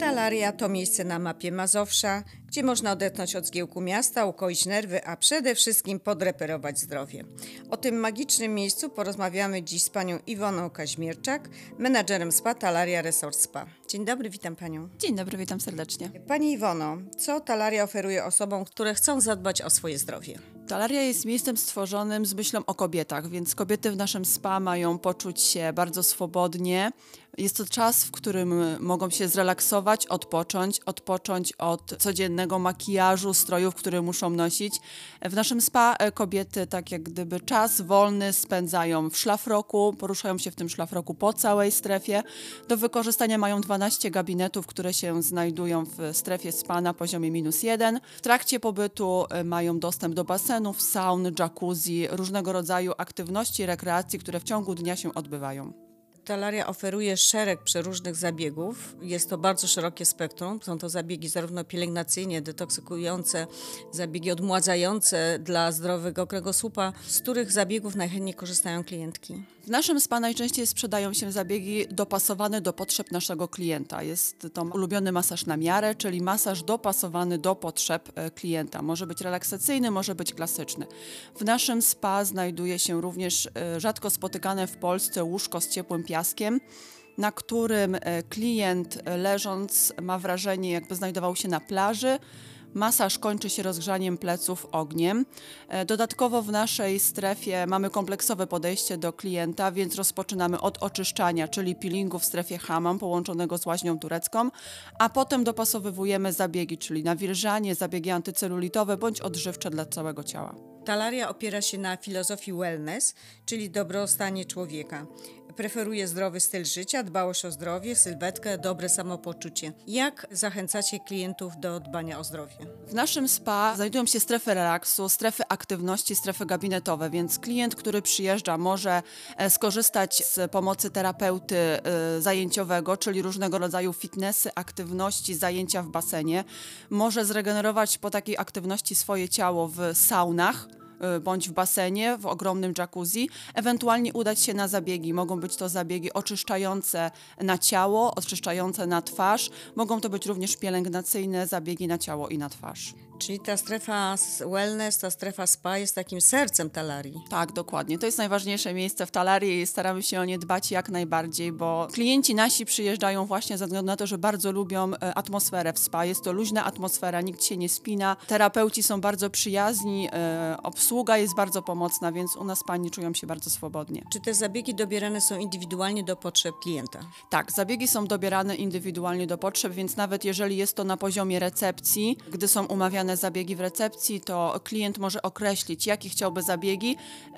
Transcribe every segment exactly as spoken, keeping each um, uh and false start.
Talaria to miejsce na mapie Mazowsza, gdzie można odetchnąć od zgiełku miasta, ukoić nerwy, a przede wszystkim podreperować zdrowie. O tym magicznym miejscu porozmawiamy dziś z panią Iwoną Kaźmierczak, menadżerem spa Talaria Resort Spa. Dzień dobry, witam panią. Dzień dobry, witam serdecznie. Pani Iwono, co Talaria oferuje osobom, które chcą zadbać o swoje zdrowie? Talaria jest miejscem stworzonym z myślą o kobietach, więc kobiety w naszym spa mają poczuć się bardzo swobodnie. Jest to czas, w którym mogą się zrelaksować, odpocząć, odpocząć od codziennego makijażu, strojów, które muszą nosić. W naszym spa kobiety tak jak gdyby czas wolny spędzają w szlafroku, poruszają się w tym szlafroku po całej strefie. Do wykorzystania mają dwanaście gabinetów, które się znajdują w strefie spa na poziomie minus jeden. W trakcie pobytu mają dostęp do basenów, saun, jacuzzi, różnego rodzaju aktywności, rekreacji, które w ciągu dnia się odbywają. Talaria oferuje szereg przeróżnych zabiegów. Jest to bardzo szerokie spektrum. Są to zabiegi zarówno pielęgnacyjne, detoksykujące, zabiegi odmładzające dla zdrowego kręgosłupa. Z których zabiegów najchętniej korzystają klientki? W naszym spa najczęściej sprzedają się zabiegi dopasowane do potrzeb naszego klienta. Jest to ulubiony masaż na miarę, czyli masaż dopasowany do potrzeb klienta. Może być relaksacyjny, może być klasyczny. W naszym spa znajduje się również rzadko spotykane w Polsce łóżko z ciepłym piaskiem, na którym klient leżąc ma wrażenie, jakby znajdował się na plaży. Masaż kończy się rozgrzaniem pleców ogniem. Dodatkowo w naszej strefie mamy kompleksowe podejście do klienta, więc rozpoczynamy od oczyszczania, czyli peelingu w strefie hammam połączonego z łaźnią turecką, a potem dopasowywujemy zabiegi, czyli nawilżanie, zabiegi antycelulitowe bądź odżywcze dla całego ciała. Talaria opiera się na filozofii wellness, czyli dobrostanie człowieka. Preferuje zdrowy styl życia, dbałość o zdrowie, sylwetkę, dobre samopoczucie. Jak zachęcacie klientów do dbania o zdrowie? W naszym spa znajdują się strefy relaksu, strefy aktywności, strefy gabinetowe, więc klient, który przyjeżdża, może skorzystać z pomocy terapeuty zajęciowego, czyli różnego rodzaju fitnessy, aktywności, zajęcia w basenie. Może zregenerować po takiej aktywności swoje ciało w saunach, bądź w basenie, w ogromnym jacuzzi, ewentualnie udać się na zabiegi. Mogą być to zabiegi oczyszczające na ciało, oczyszczające na twarz. Mogą to być również pielęgnacyjne zabiegi na ciało i na twarz. Czyli ta strefa wellness, ta strefa spa jest takim sercem Talarii. Tak, dokładnie. To jest najważniejsze miejsce w Talarii i staramy się o nie dbać jak najbardziej, bo klienci nasi przyjeżdżają właśnie ze względu na to, że bardzo lubią atmosferę w spa. Jest to luźna atmosfera, nikt się nie spina. Terapeuci są bardzo przyjazni, obsługa jest bardzo pomocna, więc u nas pani czują się bardzo swobodnie. Czy te zabiegi dobierane są indywidualnie do potrzeb klienta? Tak, zabiegi są dobierane indywidualnie do potrzeb, więc nawet jeżeli jest to na poziomie recepcji, gdy są umawiane zabiegi w recepcji, to klient może określić, jakie chciałby zabiegi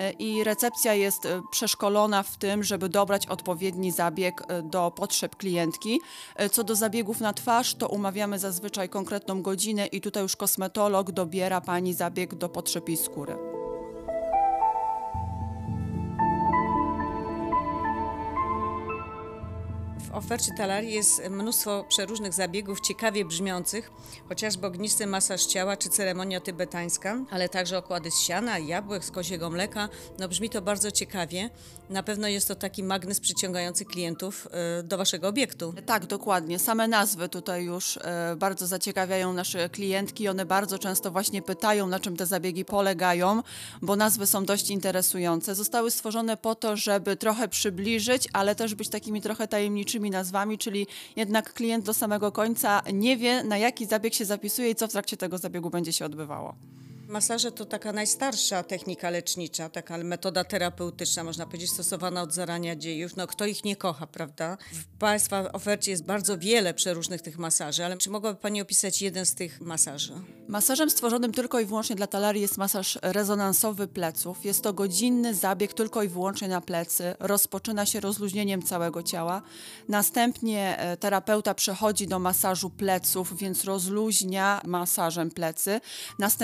i recepcja jest przeszkolona w tym, żeby dobrać odpowiedni zabieg do potrzeb klientki. Co do zabiegów na twarz, to umawiamy zazwyczaj konkretną godzinę i tutaj już kosmetolog dobiera pani zabieg do potrzeb jej skóry. W ofercie Talarii jest mnóstwo przeróżnych zabiegów ciekawie brzmiących, chociażby ognisty masaż ciała czy ceremonia tybetańska, ale także okłady z siana, jabłek, z koziego mleka. No brzmi to bardzo ciekawie. Na pewno jest to taki magnes przyciągający klientów y, do waszego obiektu. Tak, dokładnie. Same nazwy tutaj już y, bardzo zaciekawiają nasze klientki. One bardzo często właśnie pytają, na czym te zabiegi polegają, bo nazwy są dość interesujące. Zostały stworzone po to, żeby trochę przybliżyć, ale też być takimi trochę tajemniczymi nazwami, czyli jednak klient do samego końca nie wie, na jaki zabieg się zapisuje i co w trakcie tego zabiegu będzie się odbywało. Masaże to taka najstarsza technika lecznicza, taka metoda terapeutyczna, można powiedzieć, stosowana od zarania dziejów. No kto ich nie kocha, prawda? W Państwa ofercie jest bardzo wiele przeróżnych tych masaży, ale czy mogłaby Pani opisać jeden z tych masaży? Masażem stworzonym tylko i wyłącznie dla Talarii jest masaż rezonansowy pleców. Jest to godzinny zabieg tylko i wyłącznie na plecy. Rozpoczyna się rozluźnieniem całego ciała. Następnie terapeuta przechodzi do masażu pleców, więc rozluźnia masażem plecy. Następnie rozgrzewa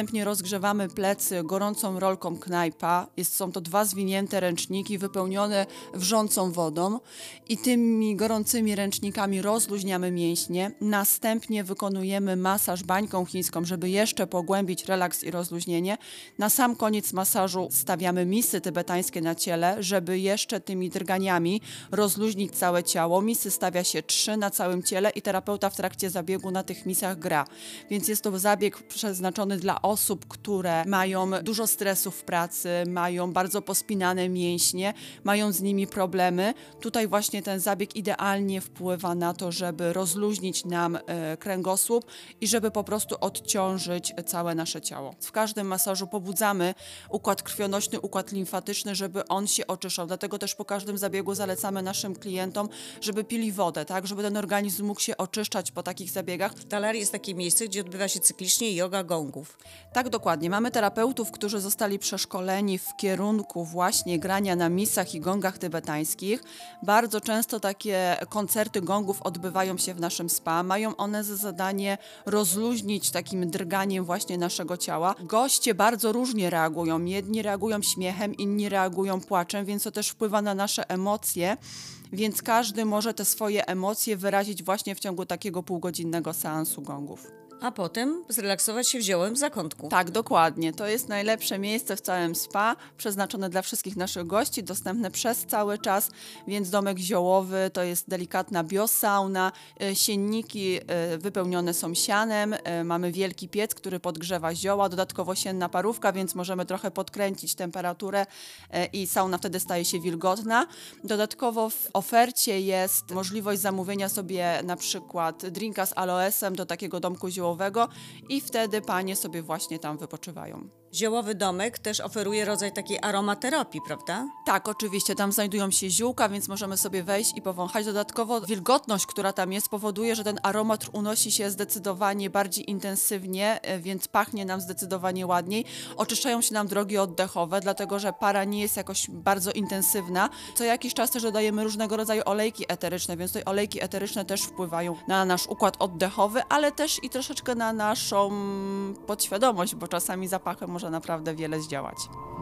podgrzewamy plecy gorącą rolką Knajpa. Jest, są to dwa zwinięte ręczniki wypełnione wrzącą wodą i tymi gorącymi ręcznikami rozluźniamy mięśnie. Następnie wykonujemy masaż bańką chińską, żeby jeszcze pogłębić relaks i rozluźnienie. Na sam koniec masażu stawiamy misy tybetańskie na ciele, żeby jeszcze tymi drganiami rozluźnić całe ciało. Misy stawia się trzy na całym ciele i terapeuta w trakcie zabiegu na tych misach gra. Więc jest to zabieg przeznaczony dla osób, które mają dużo stresu w pracy, mają bardzo pospinane mięśnie, mają z nimi problemy. Tutaj właśnie ten zabieg idealnie wpływa na to, żeby rozluźnić nam e, kręgosłup i żeby po prostu odciążyć całe nasze ciało. W każdym masażu pobudzamy układ krwionośny, układ limfatyczny, żeby on się oczyszczał. Dlatego też po każdym zabiegu zalecamy naszym klientom, żeby pili wodę, tak, żeby ten organizm mógł się oczyszczać po takich zabiegach. W Talarii jest takie miejsce, gdzie odbywa się cyklicznie joga gongów. Tak, dokładnie. Mamy terapeutów, którzy zostali przeszkoleni w kierunku właśnie grania na misach i gongach tybetańskich. Bardzo często takie koncerty gongów odbywają się w naszym spa. Mają one za zadanie rozluźnić takim drganiem właśnie naszego ciała. Goście bardzo różnie reagują. Jedni reagują śmiechem, inni reagują płaczem, więc to też wpływa na nasze emocje. Więc każdy może te swoje emocje wyrazić właśnie w ciągu takiego półgodzinnego seansu gongów. A potem zrelaksować się w ziołowym zakątku. Tak, dokładnie. To jest najlepsze miejsce w całym spa, przeznaczone dla wszystkich naszych gości, dostępne przez cały czas, więc domek ziołowy to jest delikatna biosauna, sienniki wypełnione są sianem, mamy wielki piec, który podgrzewa zioła, dodatkowo sienna parówka, więc możemy trochę podkręcić temperaturę i sauna wtedy staje się wilgotna. Dodatkowo w ofercie jest możliwość zamówienia sobie na przykład drinka z aloesem do takiego domku ziołowego, i wtedy panie sobie właśnie tam wypoczywają. Ziołowy domek też oferuje rodzaj takiej aromaterapii, prawda? Tak, oczywiście, tam znajdują się ziółka, więc możemy sobie wejść i powąchać. Dodatkowo wilgotność, która tam jest, powoduje, że ten aromat unosi się zdecydowanie bardziej intensywnie, więc pachnie nam zdecydowanie ładniej. Oczyszczają się nam drogi oddechowe, dlatego że para nie jest jakoś bardzo intensywna. Co jakiś czas też dodajemy różnego rodzaju olejki eteryczne, więc tutaj olejki eteryczne też wpływają na nasz układ oddechowy, ale też i troszeczkę na naszą podświadomość, bo czasami zapachem może naprawdę wiele zdziałać.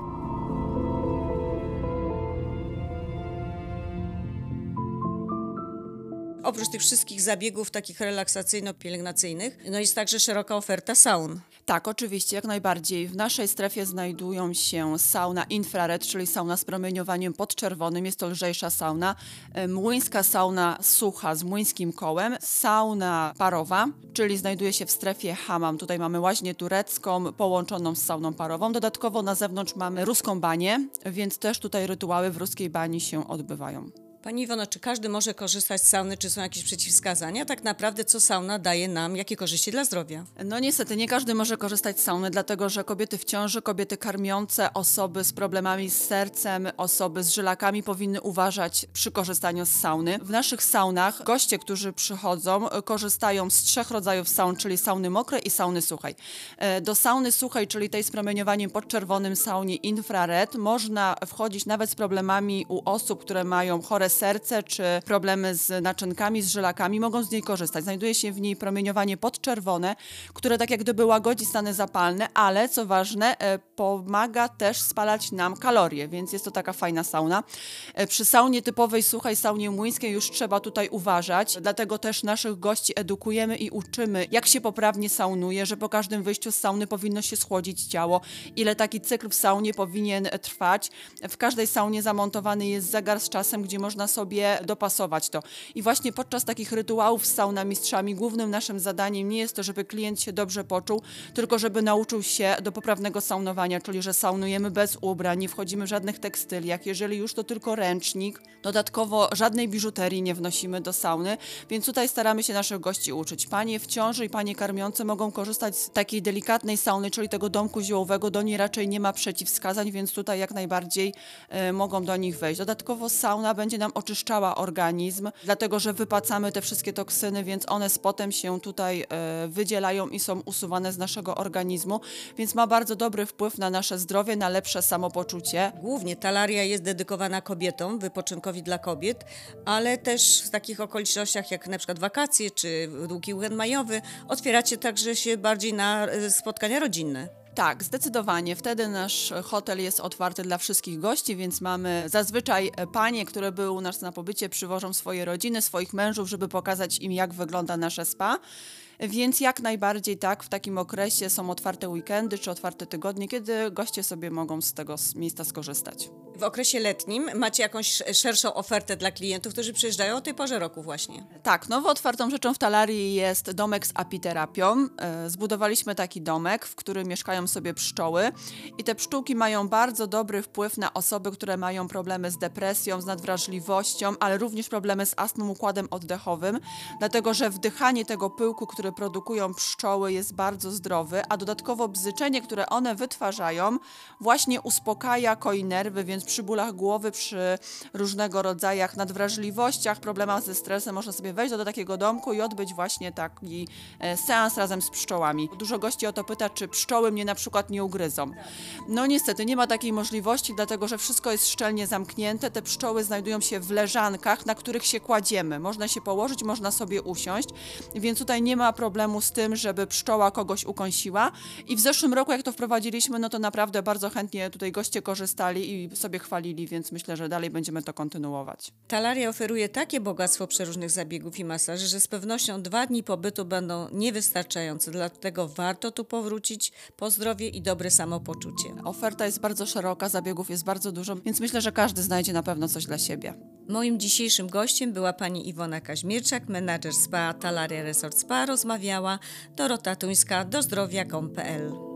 Oprócz tych wszystkich zabiegów takich relaksacyjno-pielęgnacyjnych, no jest także szeroka oferta saun. Tak, oczywiście, jak najbardziej. W naszej strefie znajdują się sauna infrared, czyli sauna z promieniowaniem podczerwonym. Jest to lżejsza sauna. Młyńska sauna sucha z młyńskim kołem. Sauna parowa, czyli znajduje się w strefie hammam. Tutaj mamy łaźnię turecką połączoną z sauną parową. Dodatkowo na zewnątrz mamy ruską banię, więc też tutaj rytuały w ruskiej bani się odbywają. Pani Iwono, czy każdy może korzystać z sauny, czy są jakieś przeciwwskazania? Tak naprawdę co sauna daje nam, jakie korzyści dla zdrowia? No niestety, nie każdy może korzystać z sauny, dlatego że kobiety w ciąży, kobiety karmiące, osoby z problemami z sercem, osoby z żylakami powinny uważać przy korzystaniu z sauny. W naszych saunach goście, którzy przychodzą, korzystają z trzech rodzajów saun, czyli sauny mokrej i sauny suchej. Do sauny suchej, czyli tej z promieniowaniem podczerwonym, saunie infrared, można wchodzić nawet z problemami u osób, które mają chore serce czy problemy z naczynkami, z żylakami, mogą z niej korzystać. Znajduje się w niej promieniowanie podczerwone, które tak jak gdyby łagodzi stany zapalne, ale co ważne, pomaga też spalać nam kalorie, więc jest to taka fajna sauna. Przy saunie typowej, suchej, saunie młyńskiej już trzeba tutaj uważać, dlatego też naszych gości edukujemy i uczymy, jak się poprawnie saunuje, że po każdym wyjściu z sauny powinno się schłodzić ciało, ile taki cykl w saunie powinien trwać. W każdej saunie zamontowany jest zegar z czasem, gdzie można sobie dopasować to. I właśnie podczas takich rytuałów z saunamistrzami głównym naszym zadaniem nie jest to, żeby klient się dobrze poczuł, tylko żeby nauczył się do poprawnego saunowania, czyli że saunujemy bez ubrań, nie wchodzimy w żadnych tekstyliach, jeżeli już to tylko ręcznik. Dodatkowo żadnej biżuterii nie wnosimy do sauny, więc tutaj staramy się naszych gości uczyć. Panie w ciąży i panie karmiące mogą korzystać z takiej delikatnej sauny, czyli tego domku ziołowego, do niej raczej nie ma przeciwwskazań, więc tutaj jak najbardziej y, mogą do nich wejść. Dodatkowo sauna będzie nam oczyszczała organizm, dlatego że wypacamy te wszystkie toksyny, więc one z potem się tutaj e, wydzielają i są usuwane z naszego organizmu, więc ma bardzo dobry wpływ na nasze zdrowie, na lepsze samopoczucie. Głównie Talaria jest dedykowana kobietom, wypoczynkowi dla kobiet, ale też w takich okolicznościach jak na przykład wakacje czy długi weekend majowy otwieracie także się bardziej na spotkania rodzinne. Tak, zdecydowanie. Wtedy nasz hotel jest otwarty dla wszystkich gości, więc mamy zazwyczaj panie, które były u nas na pobycie, przywożą swoje rodziny, swoich mężów, żeby pokazać im, jak wygląda nasze spa. Więc jak najbardziej tak, w takim okresie są otwarte weekendy czy otwarte tygodnie, kiedy goście sobie mogą z tego s- miejsca skorzystać. W okresie letnim macie jakąś szerszą ofertę dla klientów, którzy przyjeżdżają o tej porze roku właśnie. Tak, nowo otwartą rzeczą w Talarii jest domek z apiterapią. E, Zbudowaliśmy taki domek, w którym mieszkają sobie pszczoły i te pszczółki mają bardzo dobry wpływ na osoby, które mają problemy z depresją, z nadwrażliwością, ale również problemy z astmą, układem oddechowym, dlatego że wdychanie tego pyłku, który produkują pszczoły, jest bardzo zdrowy, a dodatkowo bzyczenie, które one wytwarzają, właśnie uspokaja, koi nerwy, więc przy bólach głowy, przy różnego rodzajach nadwrażliwościach, problemach ze stresem można sobie wejść do, do takiego domku i odbyć właśnie taki e, seans razem z pszczołami. Dużo gości o to pyta, czy pszczoły mnie na przykład nie ugryzą. No niestety nie ma takiej możliwości, dlatego że wszystko jest szczelnie zamknięte. Te pszczoły znajdują się w leżankach, na których się kładziemy. Można się położyć, można sobie usiąść, więc tutaj nie ma problemu z tym, żeby pszczoła kogoś ukąsiła. I w zeszłym roku, jak to wprowadziliśmy, no to naprawdę bardzo chętnie tutaj goście korzystali i sobie chwalili, więc myślę, że dalej będziemy to kontynuować. Talaria oferuje takie bogactwo przeróżnych zabiegów i masaży, że z pewnością dwa dni pobytu będą niewystarczające, dlatego warto tu powrócić po zdrowie i dobre samopoczucie. Oferta jest bardzo szeroka, zabiegów jest bardzo dużo, więc myślę, że każdy znajdzie na pewno coś dla siebie. Moim dzisiejszym gościem była pani Iwona Kaźmierczak, menadżer spa Talaria Resort Spa. Rozmawiała Dorota Tuńska, do zdrowia kropka com kropka pe el.